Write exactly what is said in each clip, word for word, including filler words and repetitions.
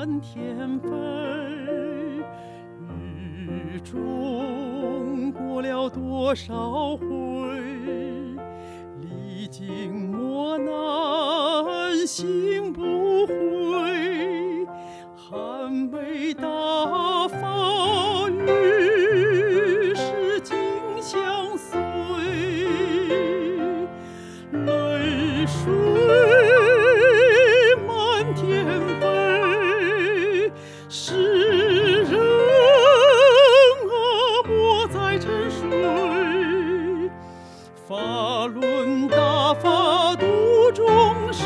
满天飞，雨中过了多少回，历经磨难心不悔，寒梅大发雨时紧相随，泪水满天飞，世人啊莫再沉睡，法轮大法度众生，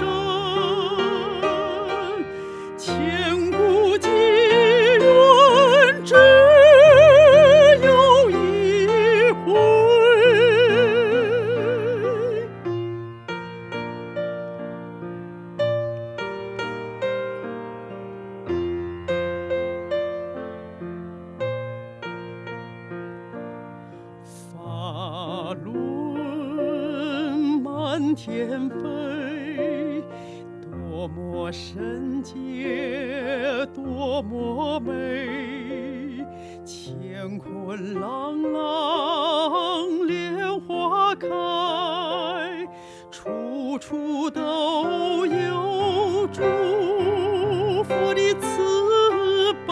千古奇缘只有一回。法轮满天飞，多么圣洁，多么美，乾坤朗朗莲花开，处处都有祝福的慈悲。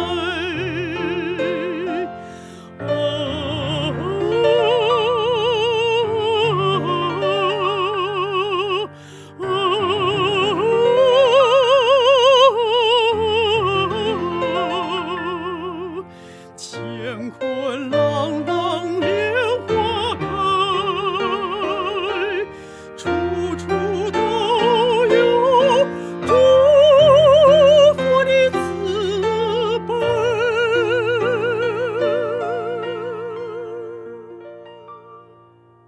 乾坤朗朗。